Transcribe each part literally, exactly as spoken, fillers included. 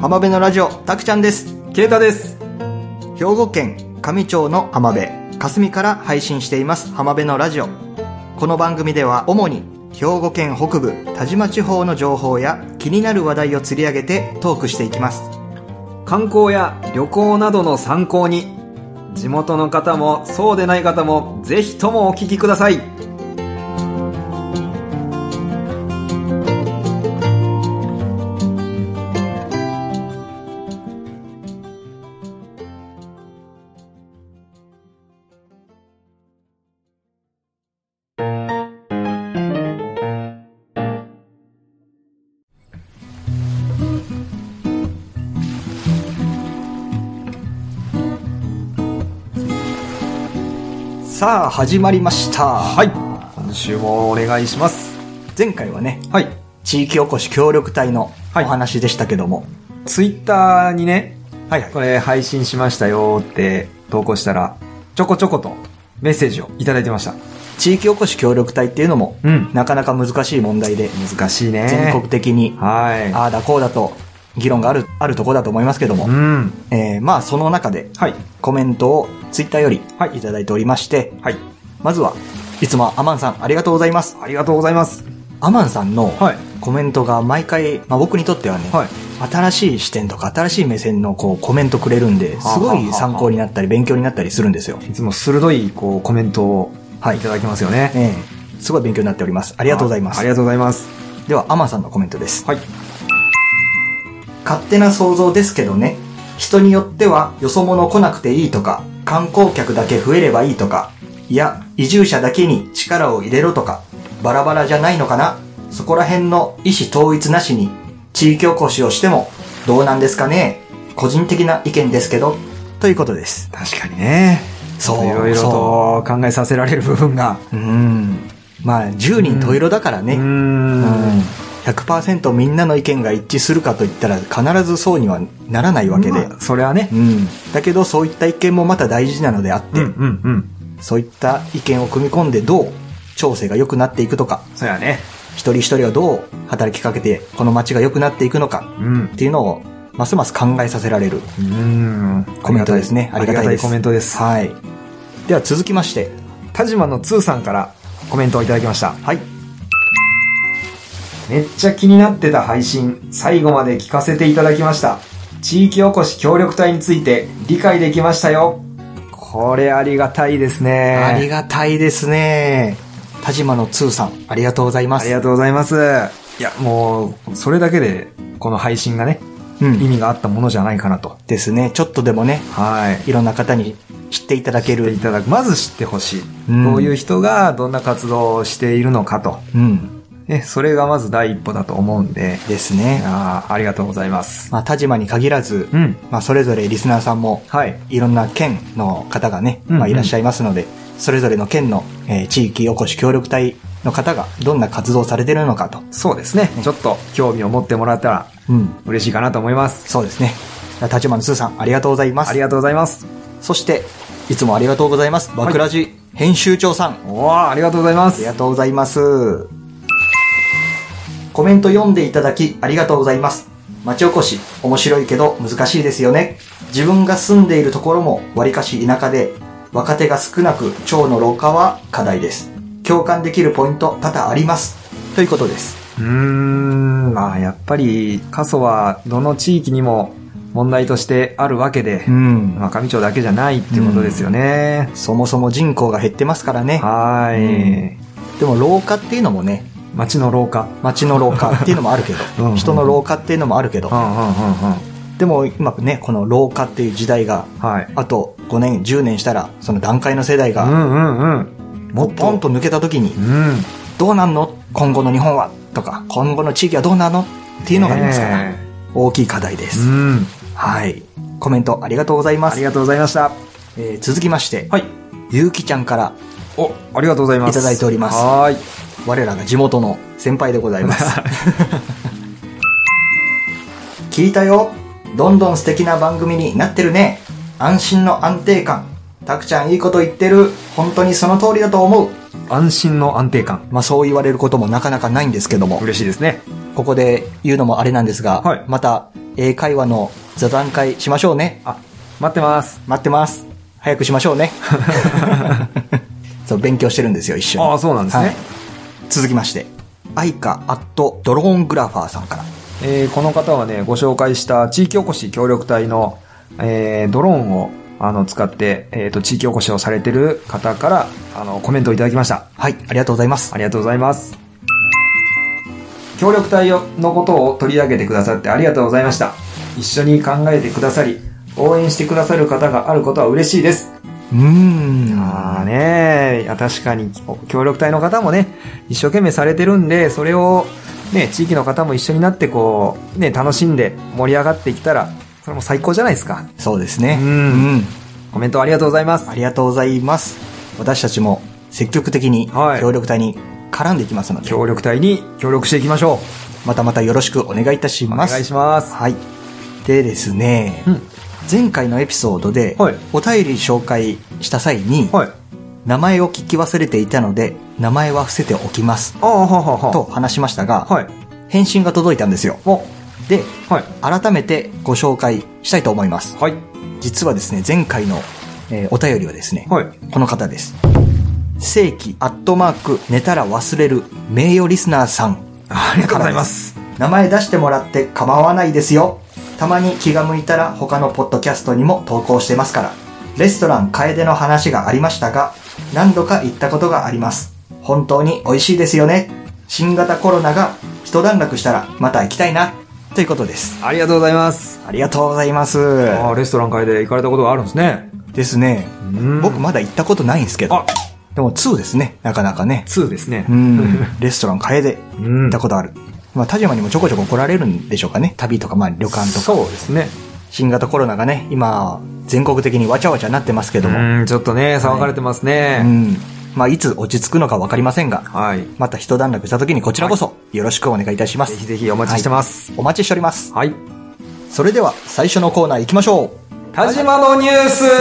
浜辺のラジオ、たくちゃんです。 ケイタです。 兵庫県上町の浜辺、霞から配信しています浜辺のラジオ。この番組では主に兵庫県北部但馬地方の情報や気になる話題を釣り上げてトークしていきます。 観光や旅行などの参考に、地元の方もそうでない方もぜひともお聞きください。 さあ始まりました。 はい、今週もお願いします。 前回はね、 はい、 地域おこし協力隊のお話でしたけども、はい、 ツイッターにね、 はいはい、 これ配信しましたよって投稿したらちょこちょことメッセージをいただいてました。 地域おこし協力隊っていうのも、うん、なかなか難しい問題で、 難しいね、 全国的に、 はい、 ああだこうだと議論があるあるところだと思いますけども、うん、えー、まあその中で、はい、コメントをツイッターよりいただいておりまして、はい、まずはいつもアマンさんありがとうございます。 ありがとうございます。 アマンさんのコメントが毎回、まあ、僕にとってはね、はい、新しい視点とか新しい目線のこうコメントくれるんで、すごい参考になったり勉強になったりするんですよ。 いつも鋭いこうコメントをいただきますよね。 はい、えー、すごい勉強になっております。ありがとうございます。 ありがとうございます。 ではアマンさんのコメントです。 はい。 勝手な想像ですけどね、人によってはよそ者来なくていいとか、観光客だけ増えればいいとか、いや移住者だけに力を入れろとか、バラバラじゃないのかな。そこら辺の意思統一なしに地域おこしをしてもどうなんですかね。個人的な意見ですけど、ということです。 確かにね、そういろいろと考えさせられる部分が、 うーん、まあじゅうにん十色だからね、うーん、うん、ひゃくパーセント みんなの意見が一致するかといったら必ずそうにはならないわけで、 まあ、それはね、 うん、だけどそういった意見もまた大事なのであって、うんうんうん、そういった意見を組み込んでどう調整が良くなっていくとか、 そうやね、 一人一人はどう働きかけてこの街が良くなっていくのかっていうのをますます考えさせられる、うん、コメントですね。ありがたいです。 ありがたいコメントです。 はい。では続きまして、 田島のツーさんからコメントをいただきました。 はい。 めっちゃ気になってた配信、最後まで聞かせていただきました。地域おこし協力隊について理解できましたよ。これありがたいですね。 ありがたいですね。田島のツーさん、ありがとうございます。 ありがとうございます。いや、もうそれだけでこの配信がね、うん、意味があったものじゃないかなと。 ですね。ちょっとでもね、はい、いろんな方に知っていただける、 いただく、まず知ってほしい、うん、どういう人がどんな活動をしているのかと、うん、ね、それがまず第一歩だと思うんでですね。 あ、ありがとうございます。 まあ、田島に限らず、うん、まあ、それぞれリスナーさんも、はい、いろんな県の方がね、まあ、いらっしゃいますので、うんうん、それぞれの県の、えー、地域おこし協力隊の方がどんな活動をされているのかと。 そうですね、ちょっと興味を持ってもらったら、うん、嬉しいかなと思います。 そうですね。田島のスーさん、ありがとうございます。 ありがとうございます。 そしていつもありがとうございます、バクラジ編集長さん、 おー、ありがとうございます。 ありがとうございます。コメント読んでいただきありがとうございます。町おこし面白いけど難しいですよね。自分が住んでいるところもわりかし田舎で若手が少なく町の老化は課題です。共感できるポイント多々ありますということです。 うーん、まあやっぱり過疎はどの地域にも問題としてあるわけで、うん、まあ、上町だけじゃないっていうことですよね、 うん、そもそも人口が減ってますからね。 はい、うん、 でも老化っていうのもね、 町の老化町の老化っていうのもあるけどうん、うん、人の老化っていうのもあるけど、うんうんうんうん、でも今ね、この老化っていう時代が、はい、あとごねんじゅうねんしたらその団塊の世代が、うんうんうん、もうポンと抜けた時に、うん、どうなんの今後の日本はとか、今後の地域はどうなのっていうのがありますから、大きい課題です、うん、はい。コメントありがとうございます。 ありがとうございました。 えー、続きまして、 はい、 ゆうきちゃんからお、ありがとうございます。 いただいております。 はい、 我らが地元の先輩でございます聞いたよ、どんどん素敵な番組になってるね。安心の安定感、たくちゃんいいこと言ってる。本当にその通りだと思う。 安心の安定感、 まあそう言われることもなかなかないんですけども、 嬉しいですね。 ここで言うのもあれなんですが、はい、また英会話の座談会しましょうね。 あ、待ってます。 待ってます。早くしましょうね。そう、勉強してるんですよ、一緒に。 ああ、そうなんですね。はい、 続きまして、アイカアットドローングラファーさんから。 えー、この方はね、ご紹介した地域おこし協力隊の、えー、ドローンをあの使って、えーと、地域おこしをされてる方から、あの、コメントをいただきました。 はい、ありがとうございます。 ありがとうございます。協力隊のことを取り上げてくださってありがとうございました。一緒に考えてくださり、応援してくださる方があることは嬉しいです。 うーん。 ああねえ、いや確かに協力隊の方もね、一生懸命されてるんで、それをね、地域の方も一緒になってこう、ね、楽しんで盛り上がっていったら、それも最高じゃないですか。 そうですね。 うん。うん、コメントありがとうございます。 ありがとうございます。私たちも積極的に協力隊に絡んでいきますので、はい、 協力隊に協力していきましょう。またまたよろしくお願いいたします。 お願いします。 はい。でですね、うん、前回のエピソードで、はい、お便り紹介した際に、はい、名前を聞き忘れていたので、名前は伏せておきます。 あはははと話しましたが、 はい、 返信が届いたんですよ。で、はい、改めてご紹介したいと思います。 はい、 実はですね、前回の、えー、お便りはですね、 はい、 この方です。正規アットマーク寝たら忘れる名誉リスナーさん。 ありがとうございます。 名前出してもらって構わないですよ。たまに気が向いたら他のポッドキャストにも投稿してますから。レストラン楓の話がありましたが、何度か行ったことがあります。本当に美味しいですよね。新型コロナが一段落したらまた行きたいな、ということです。 ありがとうございます。 ありがとうございます。 ああ、レストラン楓行かれたことがあるんですね。 ですね。僕まだ行ったことないんですけど。あ、でもにですね、なかなかね。 にですね。 うん。レストラン楓行ったことある。まあ、田島にもちょこちょこ来られるんでしょうかね。旅とか、まあ、旅館とか。 そうですね。 新型コロナがね、今、全国的にわちゃわちゃなってますけども。 うん、ちょっとね、騒がれてますね。 はい、うん。まあ、いつ落ち着くのかわかりませんが、 はい。 また一段落した時にこちらこそ、よろしくお願いいたします。 ぜひぜひお待ちしてます。 はい、お待ちしております。 はい。 それでは、最初のコーナー行きましょう。 田島のニュース。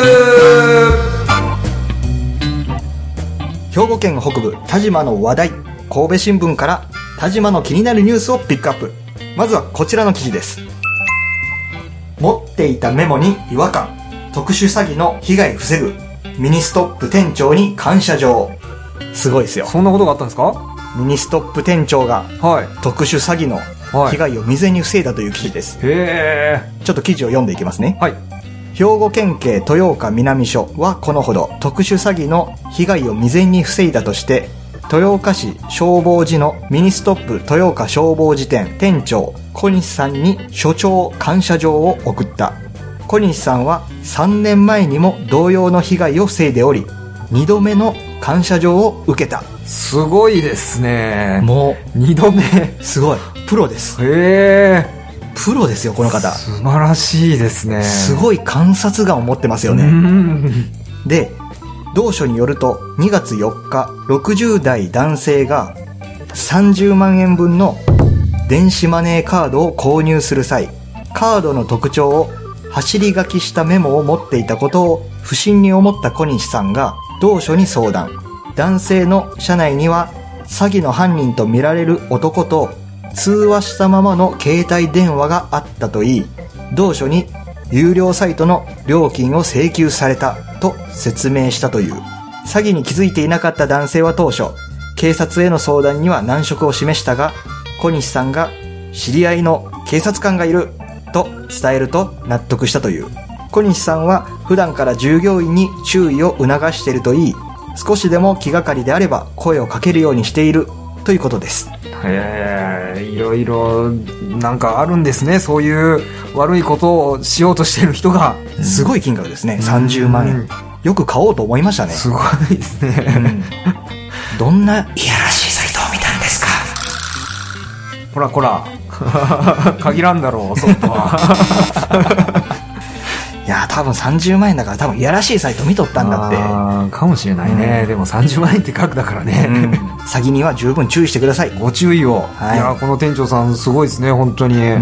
兵庫県北部、田島の話題、神戸新聞から、田島の気になるニュースをピックアップ。まずはこちらの記事です。持っていたメモに違和感、特殊詐欺の被害防ぐ、ミニストップ店長に感謝状。すごいですよ。 そんなことがあったんですか？ ミニストップ店長が、はい、特殊詐欺の被害を未然に防いだという記事です。 はい、へー。ちょっと記事を読んでいきますね。 はい。 兵庫県警豊岡南署はこのほど特殊詐欺の被害を未然に防いだとして、豊岡市消防時のミニストップ豊岡消防時店店長小西さんに署長感謝状を送った。小西さんはさんねんまえにも同様の被害を防いでおり、にどめの感謝状を受けた。 すごいですね。 もうにどめ。 すごい。プロです。 へー。 プロですよ、この方。 素晴らしいですね。 すごい観察眼を持ってますよね。で、同署によるとにがつよっか、ろくじゅう代男性がさんじゅうまんえんぶんの電子マネーカードを購入する際、カードの特徴を走り書きしたメモを持っていたことを不審に思った小西さんが同署に相談。男性の車内には詐欺の犯人とみられる男と通話したままの携帯電話があったといい、同署に有料サイトの料金を請求されたと説明したという。詐欺に気づいていなかった男性は当初、警察への相談には難色を示したが、小西さんが知り合いの警察官がいると伝えると納得したという。小西さんは普段から従業員に注意を促しているといい、少しでも気がかりであれば声をかけるようにしているということです。 へえ、いろいろなんかあるんですね。そういう悪いことをしようとしている人が。 すごい金額ですね。さんじゅうまんえん。よく買おうと思いましたね。 すごいですね。うん、 どんないやらしいサイトを見たんですか？ こらこら。限らんだろう、ソフトは。 いや多分さんじゅうまんえんだから多分いやらしいサイト見とったんだって。 あかもしれないね、うん、でもさんじゅうまんえんって額だからね、うん、 詐欺には十分注意してください。 ご注意を、はい、いやこの店長さんすごいですね本当に、うん、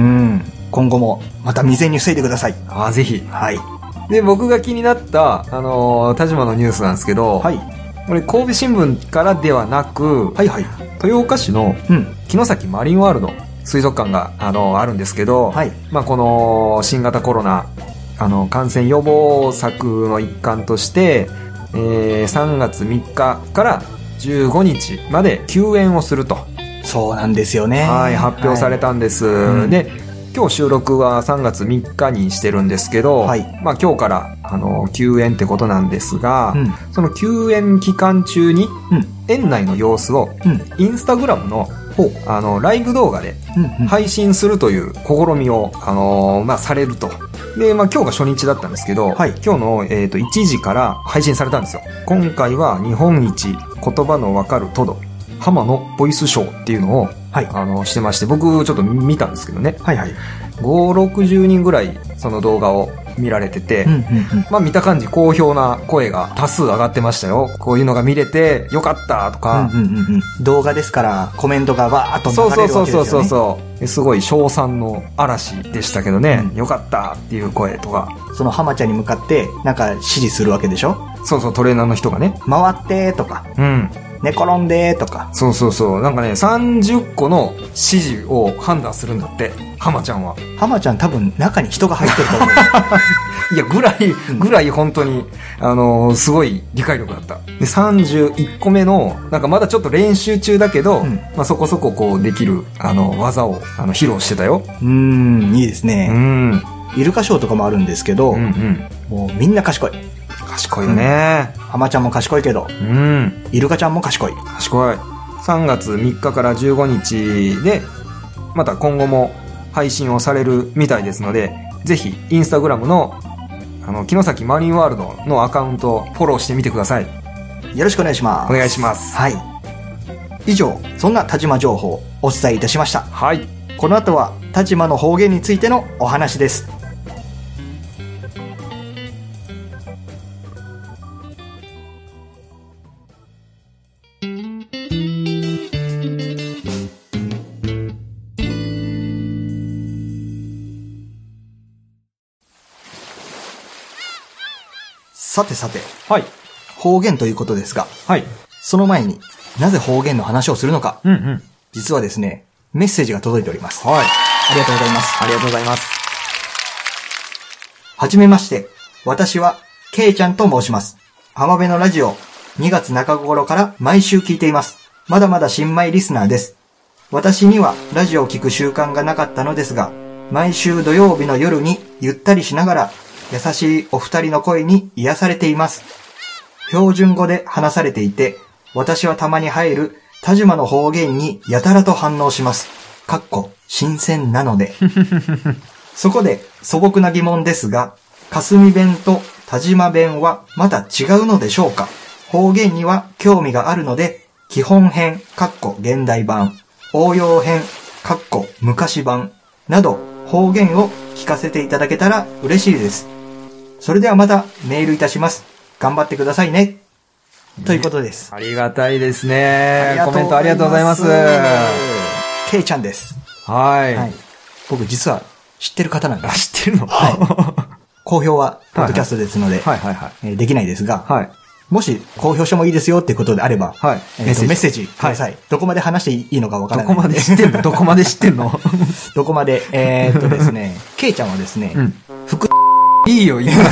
今後もまた未然に防いでください。 あぜひ。 はい。で僕が気になった、あのー、田島のニュースなんですけど、はい、これ神戸新聞からではなく、はいはい、豊岡市の城崎マリンワールド水族館が、あの、あるんですけど、はい。まあ、この、新型コロナ、あの、感染予防策の一環として、えー、さんがつみっかからじゅうごにちまで休園をすると。 そうなんですよね。 はい、発表されたんです。はい、で、今日収録はさんがつみっかにしてるんですけど、はい、まあ今日からあの休園ってことなんですが、うん、その休園期間中に、うん、園内の様子を、うん、インスタグラムの、あのライブ動画で配信するという試みを、あのー、まあされると。で、まあ今日が初日だったんですけど、はい、今日の、えーと、いちじから配信されたんですよ。今回は日本一言葉のわかるトド、ハマのボイスショーっていうのを、はい、あの、してまして、僕ちょっと見たんですけどね。はいはい。ご、ろくじゅうにんぐらいその動画を見られてて、うんうんうん、まあ見た感じ好評な声が多数上がってましたよ。こういうのが見れてよかったとか、うんうんうんうん、動画ですからコメントがわーっと流れるわけですよね。そうそうそうそう。すごい称賛の嵐でしたけどね、うん、よかったっていう声とか。 その浜ちゃんに向かってなんか指示するわけでしょ。 そうそう、トレーナーの人がね。 回ってとか。うん。寝転んでとか。 そうそうそう。なんかね、さんじゅっこの指示を判断するんだって、浜ちゃんは。 浜ちゃん多分中に人が入ってると思う。 いや、ぐらい、ぐらい本当に、あのー、すごい理解力だった。で、さんじゅういっこめの、なんかまだちょっと練習中だけど、うん、まあそこそここうできる、あの、技を、あの、披露してたよ。 うーん、いいですね。うん。イルカショーとかもあるんですけど、うんうん、もうみんな賢い。 賢いよね、 うん、浜ちゃんも賢いけど、うん、イルカちゃんも賢い。 賢い。さんがつみっかからじゅうごにちで、また今後も配信をされるみたいですので、ぜひインスタグラムのあの城崎マリンワールドのアカウントをフォローしてみてください。 よろしくお願いします。 お願いします。 はい。以上、そんな田島情報をお伝えいたしました。 はい。 この後は田島の方言についてのお話です。さてさて、はい、方言ということですが、はい、その前になぜ方言の話をするのか、うんうん、実はですね、メッセージが届いております。はい、ありがとうございます。 ありがとうございます。 はじめまして、私はケイちゃんと申します。浜辺のラジオにがつなか頃から毎週聞いています。まだまだ新米リスナーです。私にはラジオを聞く習慣がなかったのですが、毎週土曜日の夜にゆったりしながら優しいお二人の声に癒されています。標準語で話されていて、私はたまに入る田島の方言にやたらと反応します。かっこ新鮮なので。そこで素朴な疑問ですが、霞弁と田島弁はまた違うのでしょうか？方言には興味があるので、基本編かっこ現代版、応用編かっこ昔版など方言を聞かせていただけたら嬉しいです。それではまたメールいたします。頑張ってくださいね。ということです。 ありがたいですね。コメントありがとうございます。 ケイちゃんです。 はい。はい、 僕実は知ってる方なんです。 知ってるの？はい。 公表はポッドキャストですので、はいはいはいはい、できないですが、はい、もし公表してもいいですよっていうことであれば、はい、えー、メッセージ、メッセージください。はい、どこまで話していいのかわからない。 どこまで知ってんの？どこまで知ってんの？ どこまで、えー、っとですね、ケイちゃんはですね、うん、福いいよ、言うなって。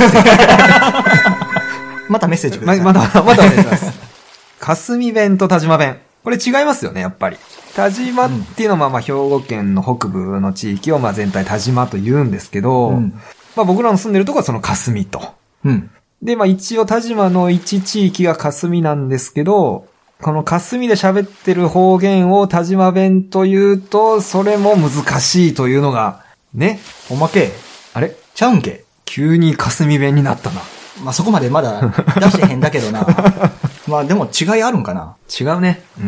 またメッセージください。 ま、まだ、まだお願いします。霞弁と田島弁。これ違いますよね、やっぱり。田島っていうのは、まあ、兵庫県の北部の地域を、まあ、全体田島と言うんですけど、うん、まあ、僕らの住んでるとこはその霞と。うん。で、まあ、一応田島の一地域が霞なんですけど、この霞で喋ってる方言を田島弁と言うと、それも難しいというのが、ね。 おまけ。 あれちゃうんけ。 急に霞弁になったな。 まあ、そこまでまだ出してへんだけどな。まあでも違いあるんかな。 違うね。うん、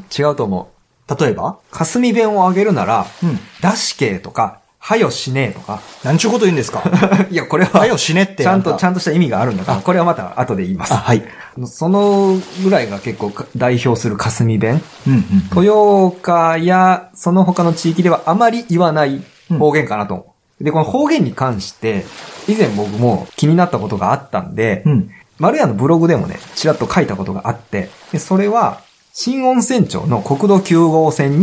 違うと思う。例えば霞弁をあげるなら、うん、出しけとか、はよしねえとか。 なんちゅうこと言うんですか？ いや、これは、 はよしねって。 ちゃんと、ちゃんとした意味があるんだから、これはまた後で言います。 あ、はい。 そのぐらいが結構代表する霞弁。うんうんうん、豊岡やその他の地域ではあまり言わない方言かなと思う。うん、で、この方言に関して、以前僕も気になったことがあったんで、うん、丸屋のブログでもね、ちらっと書いたことがあって、でそれは、新温泉町の国道きゅう号線に、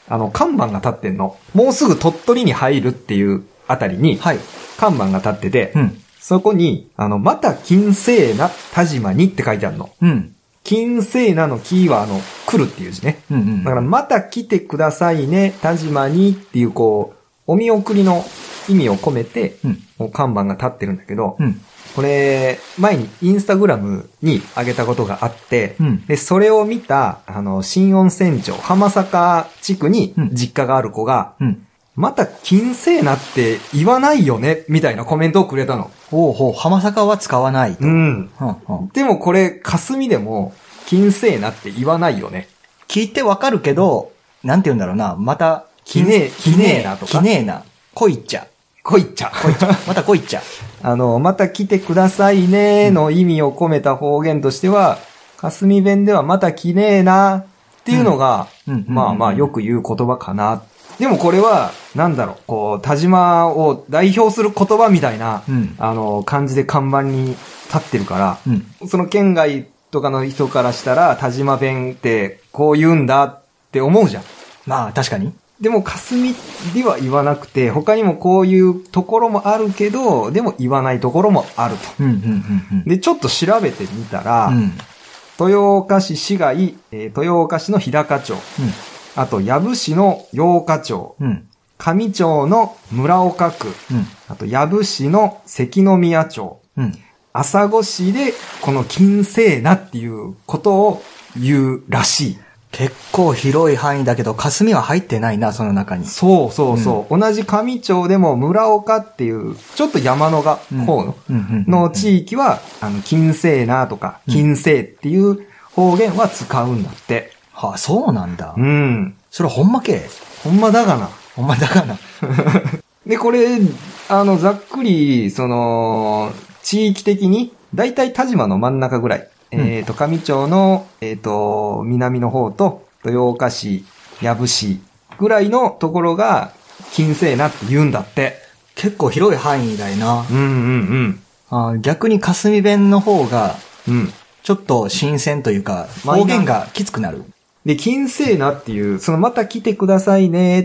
あの、看板が立ってんの。もうすぐ鳥取に入るっていうあたりに、はい。看板が立ってて、うん。そこに、あの、また金星な田島にって書いてあるの。うん。金星なのキーはあの、来るっていう字ね。うんうん。だから、また来てくださいね、田島にっていう、こう、お見送りの意味を込めて、うん。もう看板が立ってるんだけど、うん。これ、前にインスタグラムに上げたことがあって、うん、で、それを見た、あの、新温泉町、浜坂地区に実家がある子が、うんうん、また金星なって言わないよね、みたいなコメントをくれたの。 ほうほう、浜坂は使わないと。うん。 はんはんでもこれ、霞でも、金星なって言わないよね。 聞いてわかるけど、なんて言うんだろうな、また、 きねえ、きねえなとか。 きねえな。こいっちゃ。 こいっちゃ。 こいっちゃ。またこいっちゃ。 あの、また来てくださいねの意味を込めた方言としては、霞弁ではまた来ねえなっていうのが、うん、まあまあよく言う言葉かな。でもこれは、なんだろう、こう、田島を代表する言葉みたいな、うん、あの、感じで看板に立ってるから、うん、その県外とかの人からしたら、田島弁ってこう言うんだって思うじゃん。 まあ確かに。 でも、霞では言わなくて、他にもこういうところもあるけど、でも言わないところもあると。うんうんうんうん、で、ちょっと調べてみたら、うん、豊岡市市街、えー、豊岡市の日高町、うん、あと、矢部市の八日町、うん、上町の村岡区、うん、あと、矢部市の関宮町、うん、朝来市でこの金星なっていうことを言うらしい。 結構広い範囲だけど、霞は入ってないな、その中に。 そうそうそう。うん、同じ上町でも村岡っていう、ちょっと山のが方の、の地域は、あの、金星なとか、金星っていう方言は使うんだって。 うん、はあ、そうなんだ。うん。それほんまけほんまだがな。 ほんまだがな。 で、これ、あの、ざっくり、その、地域的に、だいたい田島の真ん中ぐらい。えっと、上町の、えっと、南の方と、豊岡市、矢部市ぐらいのところが、金星なって言うんだって。 結構広い範囲だよな。 うんうんうん。 あ、逆に霞弁の方が、うん。ちょっと新鮮というか、方言がきつくなる。 で、金星なっていう、そのまた来てくださいねって、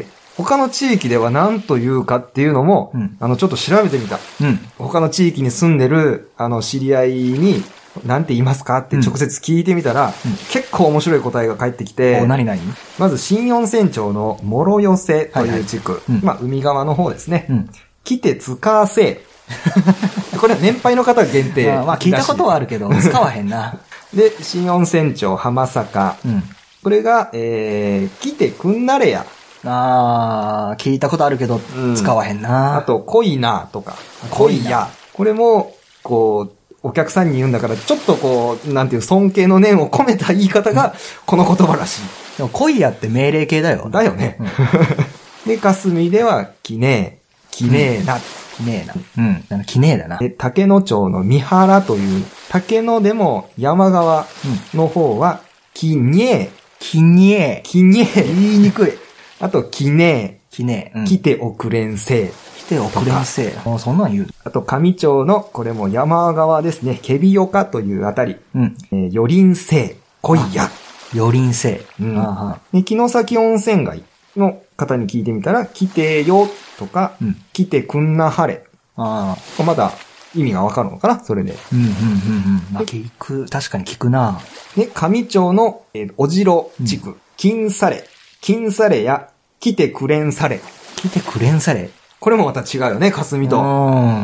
他の地域では何と言うかっていうのも、うん、あの、ちょっと調べてみた。うん。他の地域に住んでる、あの、知り合いに、なんて言いますかって直接聞いてみたら、うん、結構面白い答えが返ってきて、 お、何々？ まず新温泉町の諸寄せという地区、はいはい、まあ海側の方ですね。うん、来て使わせ。これは年配の方限定。 まあ聞いたことはあるけど、使わへんな。 で、新温泉町浜坂。うん、これが、えー、来てくんなれや。 あー、聞いたことあるけど、使わへんな。 うん、あと、来いなとか、来いや。これも、こう、お客さんに言うんだから、ちょっとこう、なんていう尊敬の念を込めた言い方が、この言葉らしい。 でも、来いやって命令形だよ。 だよね。うん、で、霞では、きねえ、きねえな。 きねえな。うん。きねえだな。 で、竹野町の三原という、竹野でも山側の方は、きにえ。 きにえ。 きにえ。 言いにくい。 あと、きねえ。 きねえ。 うん、来ておくれんせい。 来ておくれんせい。あ、そんなん言う。 あと、上町の、これも山側ですね。ケビオカというあたり。うん。えー、よりんせい。来いや。 よりんせい。 うん。あで、城崎温泉街の方に聞いてみたら、来てよとか、うん、来てくんなはれ。ああ。まだ意味がわかるのかなそれで。うんうんうんうん。 まあ、聞く、確かに聞くな。 で、上町の、えー、おじろ地区。うん、金され。金されや、来てくれんされ。 来てくれんされ。 これもまた違うよね、霞と。うん。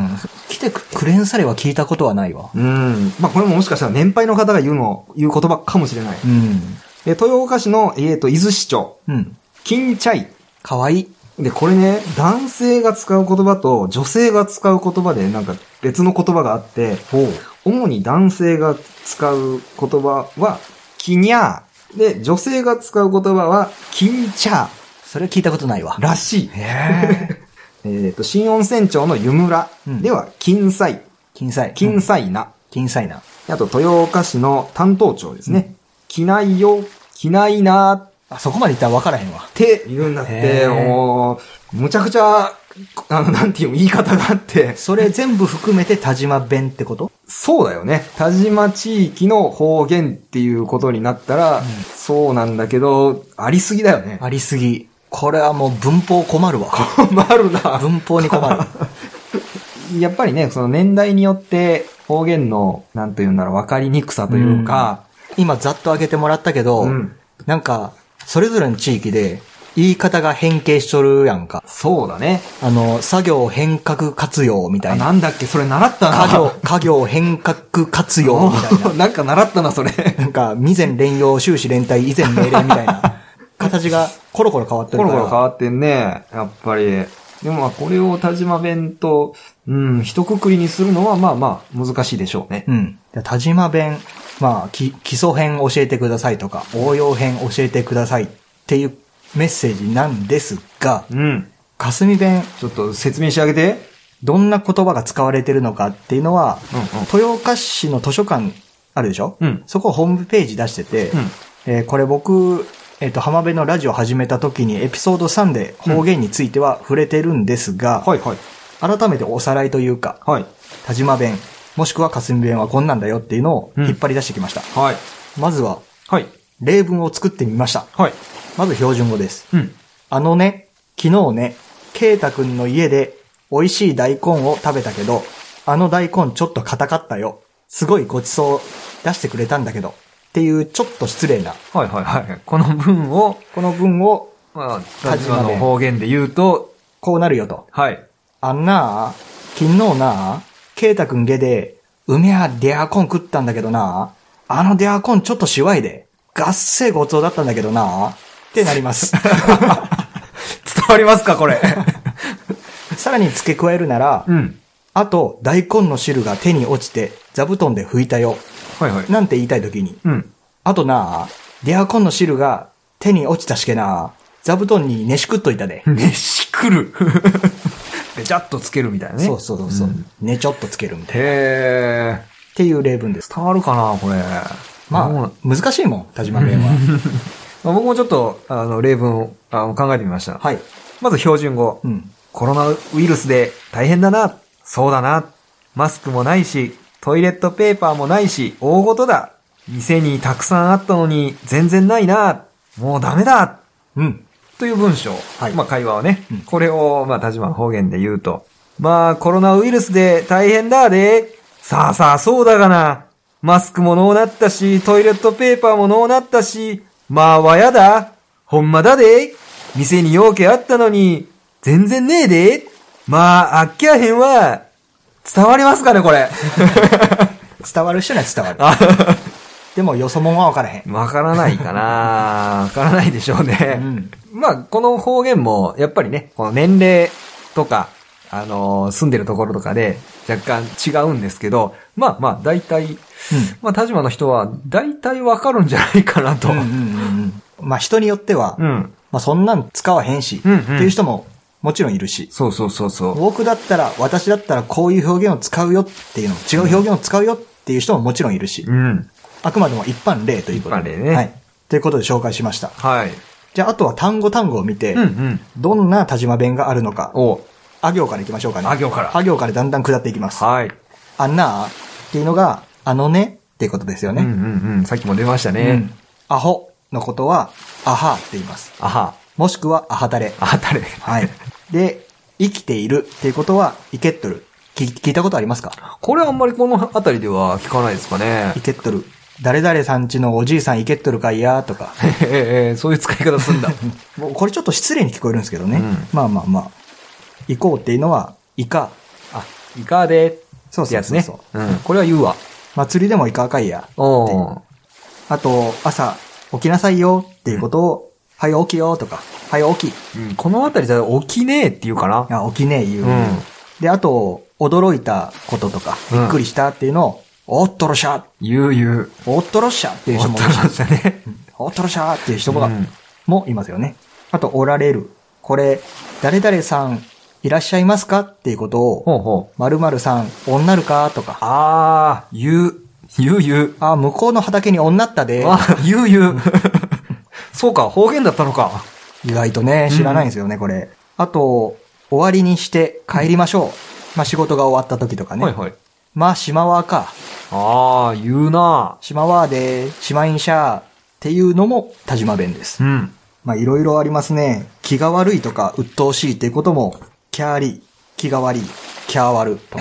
来てくれんされは聞いたことはないわ。 うん。まあ、これももしかしたら年配の方が言うの、言う言葉かもしれない。うん。で、豊岡市の、えっと、伊豆市長。うん。金チャイ。 かわいい。 で、これね、男性が使う言葉と女性が使う言葉でなんか別の言葉があって、主に男性が使う言葉は、キニャー。で、女性が使う言葉は、キンチャー。 それ聞いたことないわ。 らしい。へー。えっと、新温泉町の湯村では、金彩。 金彩。 金彩な。 金彩な。 あと、豊岡市の担当庁ですね。機内よ、機内な。 あ、そこまで言ったら分からへんわ。 って言うんだって、もう、むちゃくちゃあの、なんていう言い方があって。 それ全部含めて田島弁ってこと？ そうだよね。田島地域の方言っていうことになったら、うん、そうなんだけど、ありすぎだよね。 ありすぎ。これはもう文法困るわ。 困るな。 文法に困る。 やっぱりね、その年代によって方言の、なんというんだろう、わかりにくさというか、 うん、今ざっと挙げてもらったけど、うん、なんか、それぞれの地域で、言い方が変形しとるやんか。 そうだね。 あの、作業変革活用みたいな。 なんだっけ、それ習ったな。 家業、家業変革活用みたいな。 なんか習ったな、それ。 なんか、未然連用、終始連帯、以前命令みたいな。形がコロコロ変わってるから。 コロコロ変わってんね。やっぱり。でもまあこれを田島弁と、うん、一括りにするのはまあまあ難しいでしょうね。 うん。田島弁、まあ、き基礎編教えてくださいとか、応用編教えてくださいっていうメッセージなんですが、 うん。 霞弁、 ちょっと説明してあげて。 どんな言葉が使われてるのかっていうのは、うんうん、豊岡市の図書館あるでしょ？うん。そこホームページ出してて、うん、えー、これ僕、えっと、浜辺のラジオ始めた時にエピソードさんで方言については触れてるんですが、 うん、はいはい。 改めておさらいというか、 はい。 田島弁、もしくは霞弁はこんなんだよっていうのを引っ張り出してきました。 うん、はい。 まずは、 はい。 例文を作ってみました。 はい。 まず標準語です。 うん。 あのね、昨日ね、ケイタくんの家で美味しい大根を食べたけど、あの大根ちょっと硬かったよ。すごいごちそう出してくれたんだけど。っていうちょっと失礼な。 はいはいはい。この文を、 この文を、 まあ、田島の方言で言うと、 こうなるよと。 はい。 あんなあ、昨日なあ、ケイタくん家で、うめあデアコン食ったんだけどなあ、あのデアコンちょっとしわいで、がっせごちそうだったんだけどなってなります。 伝わりますかこれ。 さらに付け加えるなら、うん。あと、大根の汁が手に落ちて、座布団で拭いたよ。 はいはい。 なんて言いたいときに。 うん。 あとな、デアコンの汁が手に落ちたしけな、座布団に寝しくっといたで。 寝しくる。べちゃっとつけるみたいなね。 そうそうそうそう、うん。寝ちょっとつけるみたいな。 へー。 っていう例文です。 伝わるかなこれ。 まあ、難しいもん、田島弁は。 僕もちょっと、あの、例文をあの考えてみました。 はい。 まず標準語。 うん。 コロナウイルスで大変だな。そうだな。マスクもないし、トイレットペーパーもないし、大事だ。店にたくさんあったのに全然ないな。もうダメだ。 うん。 という文章。 はい。 まあ会話をね。 うん、 これを、まあ田島方言で言うと。まあコロナウイルスで大変だで。さあさあそうだがな。マスクものうなったし、トイレットペーパーものうなったし、まあわやだ。ほんまだで。店にようけあったのに、全然ねえで。まあ、あっきゃへんわ。伝わりますかね、これ。 伝わる人には伝わる。でも、よそもんは分からへん。 分からないかな分からないでしょうね。うん、まあ、この方言も、やっぱりね、この年齢とか、あのー、住んでるところとかで、若干違うんですけど、まあまあ、大体、うん、まあ、田島の人は、大体分かるんじゃないかなと。 うんうんうんうん、まあ、人によっては、 うん、 まあ、そんなん使わへんし、うんうん、っていう人も、もちろんいるし。 そうそうそうそう。 僕だったら、私だったらこういう表現を使うよっていうの、違う表現を使うよっていう人ももちろんいるし。 うん。 あくまでも一般例ということで。 一般例ね。 はい。ということで紹介しました。 はい。 じゃあ、あとは単語単語を見て、 うんうん、 どんな田島弁があるのか。 おあ行からいきましょうかね。 あ行から。 あ行からだんだん下っていきます。 はい。 あんなーっていうのが、あのねっていうことですよね。 うんうんうん。さっきも出ましたね。うん、 アホのことは、アハって言います。 アハ。 もしくは、アハタレ。 アハタレ。 はい。で、生きているっていうことは、イケっとる。聞、聞いたことありますか？ これはあんまりこのあたりでは聞かないですかね。 イケっとる。誰々さんちのおじいさんイケっとるかいやとか。 ええ、そういう使い方すんだ。 もうこれちょっと失礼に聞こえるんですけどね。うん、まあまあまあ。行こうっていうのは、イカ。 あ、イカで。 そうそうそうそう、 ね。うん。これは言うわ。 祭りでもイカかいや。 おあと、朝、起きなさいよっていうことを、うん、はい起きよとか、はい起き。 うん、このあたりじゃ起きねえって言うかな。 あ、起きねえ言う、うん。で、あと、驚いたこととか、びっくりしたっていうのを、おっとろしゃ。 言う言う。 おっとろしゃっていう人もいるし。 おっとろしゃね。 おっとろしゃっていう人も、うん、もいますよね。あと、おられる。これ、誰々さんいらっしゃいますかっていうことを、 ほうほう。 〇〇さん、女るかとか。 あー、言う。言う言う。 あ、向こうの畑に女ったで。 あ、言う言う。そうか、方言だったのか。 意外とね、知らないんですよね、うん、これ。あと、 終わりにして帰りましょう。まあ仕事が終わった時とかね。はいはい。まあしまわか。 ああ、言うな。 しまわで、しまいんしゃーっていうのも田島弁です。うん。まあいろいろありますね。気が悪いとか鬱陶しいっていうことも、キャーリー、気が悪い、キャー悪と。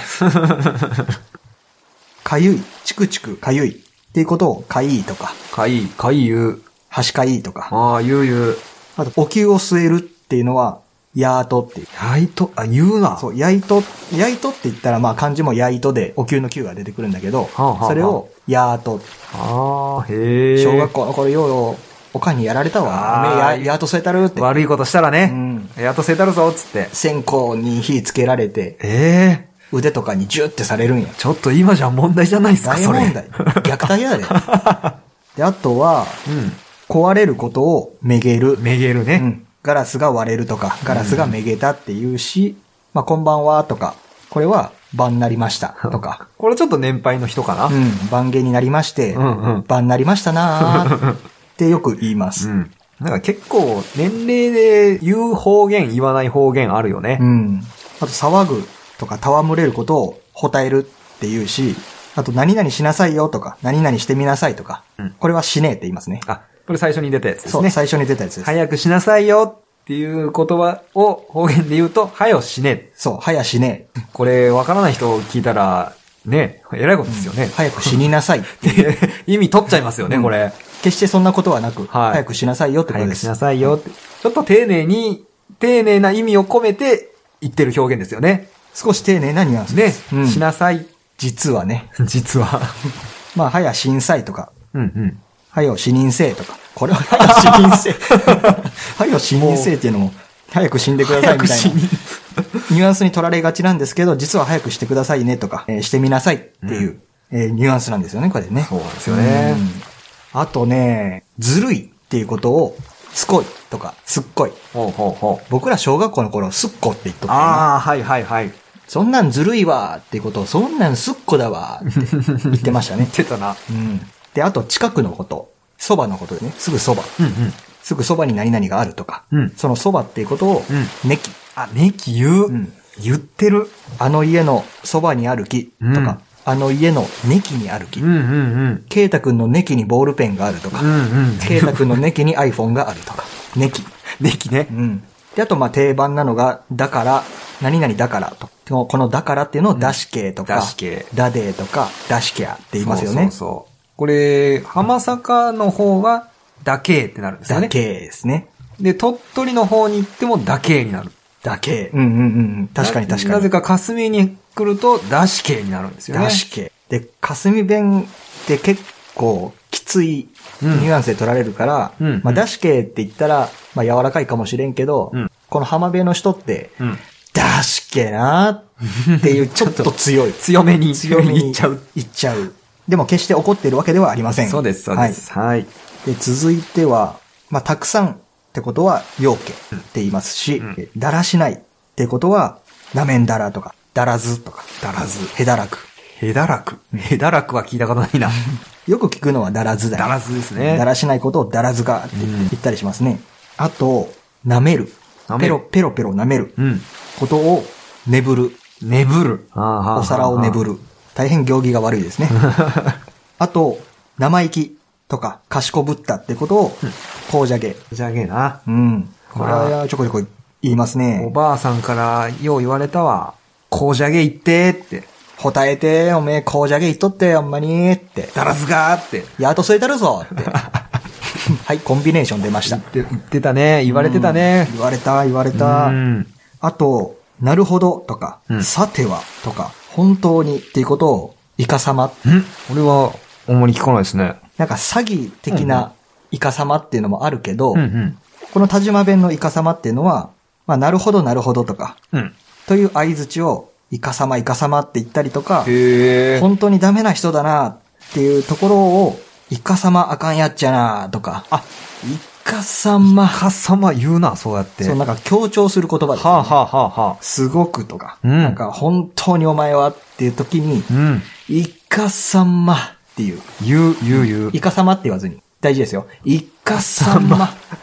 かゆい、チクチクかゆいっていうことをかいいとか。 かいい、かい言う。 はしかいいとか。 ああ、言う言う。 あと、お灸を据えるっていうのは、やーとっていう。 やいと、あ、言うな。 そう、やいと、やいとって言ったら、まあ漢字もやいとで、お灸の灸が出てくるんだけど、はあはあ、それを、やーと。 ああ、へえ。 小学校の頃よう、おかんにやられたわ。おめえや、やーと据えたるって。 悪いことしたらね。うん。やーと据えたるぞ、つって。 線香に火つけられて。 ええー。 腕とかにジュってされるんや。 ちょっと今じゃ問題じゃないですか、それ。 大問題。虐待やで。で、あとは、うん、壊れることをめげる。 めげるね。うん。 ガラスが割れるとか、ガラスがめげたっていうし、うん、まあ、こんばんはとか、これは晩になりましたとか。 これちょっと年配の人かな。 うん。晩下になりまして、うんうん、晩になりましたなーってよく言います。うん。 なんか結構年齢で言う方言、言わない方言あるよね。 うん。あと騒ぐとか戯れることをほたえるっていうし、あと何々しなさいよとか、何々してみなさいとか、うん、これはしねえって言いますね。 あ、これ最初に出たやつですね。 そう、最初に出たやつです。 早くしなさいよっていう言葉を方言で言うと、はよしねえ。 そう、はやしねえ。 これわからない人聞いたら、ね、えらいことですよね。うん、 早く死になさいっていう意味取っちゃいますよね、うん、これ。 決してそんなことはなく、はい、早くしなさいよってことです。 早くしなさいよって。ちょっと丁寧に、丁寧な意味を込めて言ってる表現ですよね。 少し丁寧なニュアンスです。 ね、うん、しなさい。 実はね。 実は。 まあ、はや震災とか。 うんうん。 はよ死人生とか。これははや死人生。はよ死人生っていうのも、早く死んでくださいみたいな。ニュアンスに取られがちなんですけど、実は早くしてくださいねとか、えー、してみなさいっていう、うん、えー、ニュアンスなんですよね、これね。 そうなんですよね。 あとね、ずるいっていうことを、すこいとか、すっこい。 ほうほうほう。 僕ら小学校の頃、すっこって言っとった、 ね。ああ、はいはいはい。 そんなんずるいわっていうことを、そんなんすっこだわって言ってましたね。 言ってたな。 うん。で、あと近くのこと、そばのことでね、すぐそば。うんうん。すぐそばに何々があるとか、うん、そのそばっていうことを、うん、ねき。 あ、ねき言う、うん。言ってる。 あの家のそばにある木とか、うん、あの家のネキにある木。 うんうんうん。 ケイタ君のネキにボールペンがあるとか、うんうん、ケイタ君のネキに iPhone があるとか、ネキ。 ネキね。 うん。で、あとまあ定番なのが、だから、何々だからと。このだからっていうのをだしけとか、 だしけ。 だでとか、だしけゃって言いますよね。そうそうそう。これ、浜坂の方は、だけってなるんですよね。 だけですね。 で、鳥取の方に行ってもだけになる。 だけ。うんうんうん。確かに確かに。 なぜか霞に来ると、だしけになるんですよね。 だしけ。で、霞弁って結構きついニュアンスで取られるから、うん、まあ、だしけって言ったら、まあ、柔らかいかもしれんけど、うん、この浜辺の人って、うん、だしけなーっていうちょっと強い。 強めに。強めに言っちゃう。 言っちゃう。でも決して怒ってるわけではありません。 そうです、そうです。はい。はい、 で、続いては、まあ、たくさんってことは、陽気って言いますし、うん、だらしないってことは、なめんだらとか、だらずとか、 だらず、 へだらく。 へだらく。へだらくは聞いたことないな。 よく聞くのはだらずだよ。 だらずですね。 だらしないことをだらずがって言ったりしますね。うん、あと、舐める。ペロ、ペロペロ舐める。うん、ことを、眠る。 眠る。 お皿を眠る。大変行儀が悪いですね。あと、生意気とか、賢ぶったってことを、こうじゃげ。 じゃげな。 うん。これはちょこちょこ言いますね。 おばあさんからよう言われたわ。こうじゃげ言ってって。 答えて、おめえこうじゃげ言っとって、あんまにって。 だらずがーって。 やっと添えたるぞって。はい、コンビネーション出ました。 言って、言ってたね。言われてたね。 言われた、言われた。あと、なるほどとか、うん、さてはとか、本当にっていうことを、イカ様。ん俺は、あんまり聞かないですね。 なんか詐欺的なイカ様っていうのもあるけど、うんうん、この田島弁のイカ様っていうのは、まあ、なるほどなるほどとか、うん、という相槌を、イカ様イカ様って言ったりとか、本当にダメな人だなっていうところを、イカ様あかんやっちゃなとか、 あ、イカ様。イカ様言うな、そうやって。 そう、なんか強調する言葉です、ね。 はあ、はあははあ、 すごくとか、うん、なんか本当にお前はっていう時に、うん、イカ様っていう。 言う、言う、言う。 イカ様って言わずに。大事ですよ。イカ様。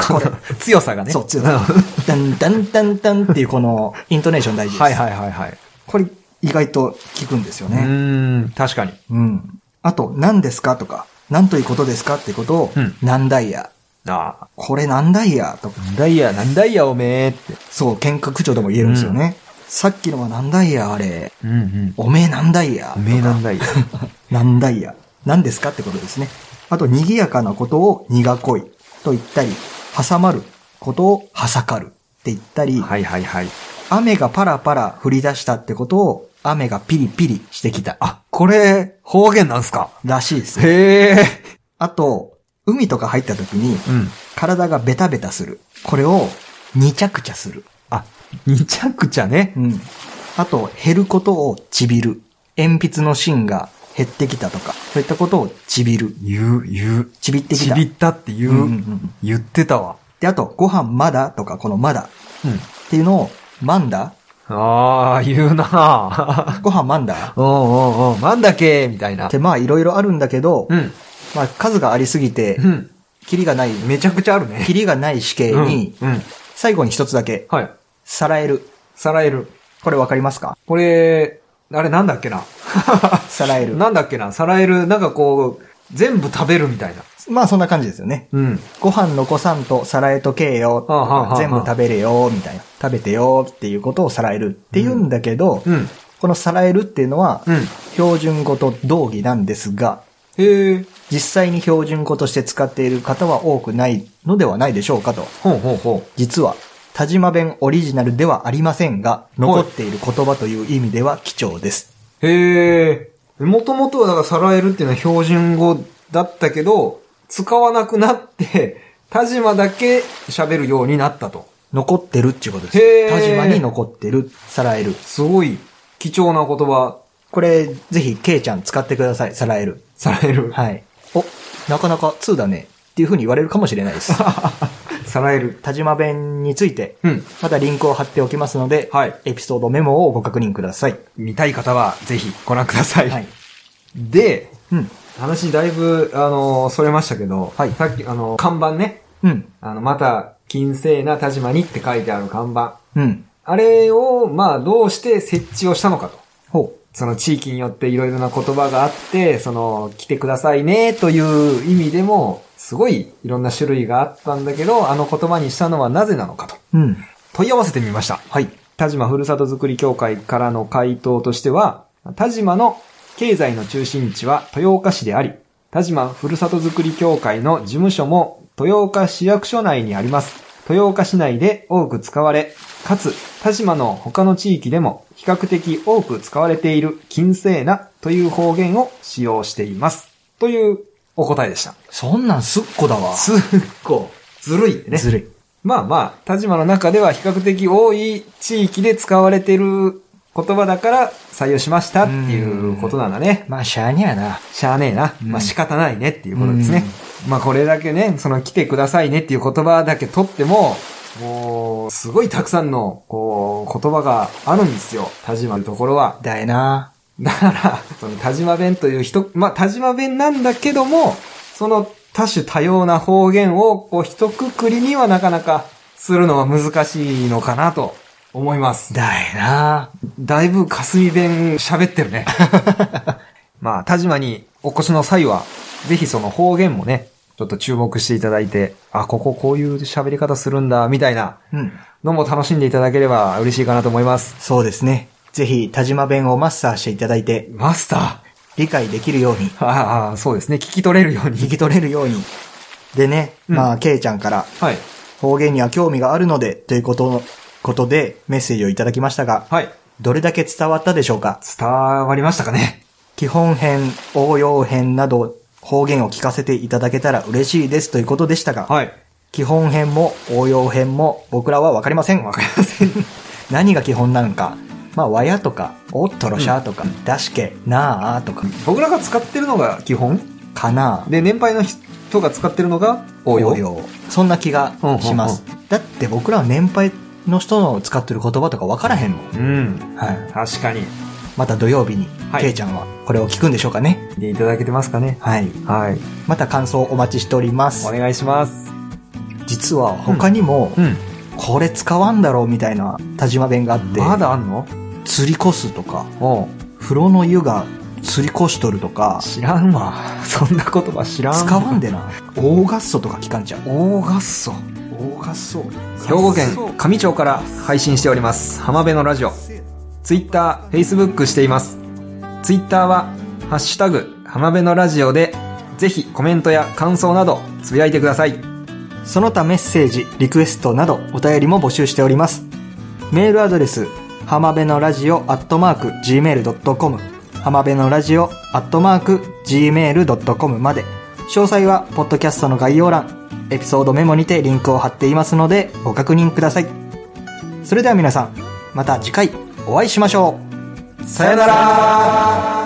これ、強さがね。 そう、強さ。ダンダンダンダンっていうこのイントネーション大事です。 はいはいはいはい。 これ意外と効くんですよね。 うーん、確かに。 うん。あと、何ですかとか、何ということですかってことを、うん、なんだいや。ああ。これなんだいやとか。 なんだいや、なんだいやおめえって。 そう、喧嘩口調でも言えるんですよね。うん、さっきのはなんだいやあれ。うんうん、おめえなんだいや。 おめえなんだいや。 なんだいや。何ですかってことですね。あと、賑やかなことを苦恋と言ったり、挟まることをはさかるって言ったり、 はいはいはい。 雨がパラパラ降り出したってことを、雨がピリピリしてきた。 あ、これ、方言なんすからしいです。 へー。 あと、海とか入った時に、うん、体がベタベタする。これを、にちゃくちゃする。 あ、にちゃくちゃね。 うん。あと、減ることをちびる。鉛筆の芯が減ってきたとか、そういったことをちびる。 言う、言う。 ちびってきた。 ちびったって言う。うんうんうん、言ってたわ。 で、あと、ご飯まだとか、このまだ。うん。っていうのを、まんだああ、言うなご飯まんだおうおうおう、まんだけみたいな。 って、まあ、いろいろあるんだけど、うん。まあ、数がありすぎて、うん。キリがない。 めちゃくちゃあるね。 キリがない死刑に、うん。うん、最後に一つだけ。はい。さらえる。 さらえる。 これわかりますか？ これ、あれなんだっけなさらえる。 なんだっけなさらえる。なんかこう、全部食べるみたいな。 まあそんな感じですよね。うん。ご飯残さんとさらえとけよ。はあはあはあ、全部食べれよ、みたいな。食べてよっていうことをさらえるって言うんだけど、うんうん、このさらえるっていうのは、うん、標準語と同義なんですが、へえ。実際に標準語として使っている方は多くないのではないでしょうかと。ほうほうほう。実は、田島弁オリジナルではありませんが、残っている言葉という意味では貴重です。 へえ。もともとはだからさらえるっていうのは標準語だったけど、使わなくなって、田島だけ喋るようになったと。 残ってるっていうことです。田島に残ってる、さらえる。 すごい貴重な言葉。 これ、ぜひ、ケイちゃん使ってください。さらえる。 さらえる。 はい。お、なかなかにだね。っていう風に言われるかもしれないです。 さらえる。 田島弁について、うん、またリンクを貼っておきますので、はい、エピソードメモをご確認ください。 見たい方は、ぜひご覧ください。はい、で、うん、話だいぶ、あのー、それましたけど、はい、さっき、あのー、看板ね。うん。あの、また、金星な田島にって書いてある看板。うん。あれを、まあ、どうして設置をしたのかと。ほう。その地域によっていろいろな言葉があって、その、来てくださいね、という意味でも、すごいいろんな種類があったんだけど、あの言葉にしたのはなぜなのかと。うん。問い合わせてみました。はい。田島ふるさとづくり協会からの回答としては、田島の経済の中心地は豊岡市であり、田島ふるさとづくり協会の事務所も豊岡市役所内にあります。豊岡市内で多く使われ、かつ田島の他の地域でも比較的多く使われている金星なという方言を使用しています。というお答えでした。 そんなんすっこだわ。 すっこ。ずるいね。 ずるい。 まあまあ、田島の中では比較的多い地域で使われている言葉だから採用しましたっていうことなんだね。 まあ、しゃあねえやな。 しゃあねえな。まあ仕方ないねっていうことですね。まあこれだけね、その来てくださいねっていう言葉だけ取っても、もう、すごいたくさんの、こう、言葉があるんですよ。田島のところは。 だよな。 だから、その田島弁という人、まあ田島弁なんだけども、その多種多様な方言を、こう一括りにはなかなかするのは難しいのかなと思います。 だよな。 だいぶ霞弁喋ってるね。まあ田島にお越しの際は、ぜひその方言もね、ちょっと注目していただいて、あ、こここういう喋り方するんだ、みたいなのも楽しんでいただければ嬉しいかなと思います。 そうですね。ぜひ、田島弁をマスターしていただいて。 マスター理解できるように。 ああ、そうですね。聞き取れるように。 聞き取れるように。でね、うん、まあ、ケイちゃんから、はい。方言には興味があるので、ということ、ことでメッセージをいただきましたが、はい。どれだけ伝わったでしょうか？ 伝わりましたかね？ 基本編、応用編など、方言を聞かせていただけたら嬉しいですということでしたが、はい。基本編も応用編も僕らはわかりません。 わかりません。 何が基本なのか。まあ、わやとか、おっとろしゃとか、うん、だしけ、なあとか。 僕らが使ってるのが基本かな。 で、年配の人が使ってるのが応用。応用。 そんな気がします。うんうんうん、だって僕らは年配の人の使ってる言葉とか分からへんもん。うん。 はい。確かに。 また土曜日に、はい、ケイちゃんはこれを聞くんでしょうかね。 聞いていただけてますかね。 はい。はい。また感想お待ちしております。 お願いします。 実は他にも、うんうん、これ使わんだろうみたいな田島弁があって。 まだあんの？ 釣り越すとか、風呂の湯が釣り越しとるとか。 知らんわ。そんな言葉知らんわ。 使わんでな。大合奏とか聞かんちゃう。 大合奏。 大合奏。 兵庫県上町から配信しております。浜辺のラジオ。ツイッター、フェイスブックしています。ツイッターは、ハッシュタグ、浜辺のラジオで、ぜひコメントや感想などつぶやいてください。 その他メッセージ、リクエストなどお便りも募集しております。メールアドレス、浜辺のラジオアットマーク ジーメールドットコム、浜辺のラジオアットマーク ジーメールドットコム まで。詳細はポッドキャストの概要欄、エピソードメモにてリンクを貼っていますのでご確認ください。それでは皆さん、また次回お会いしましょう。 さよなら。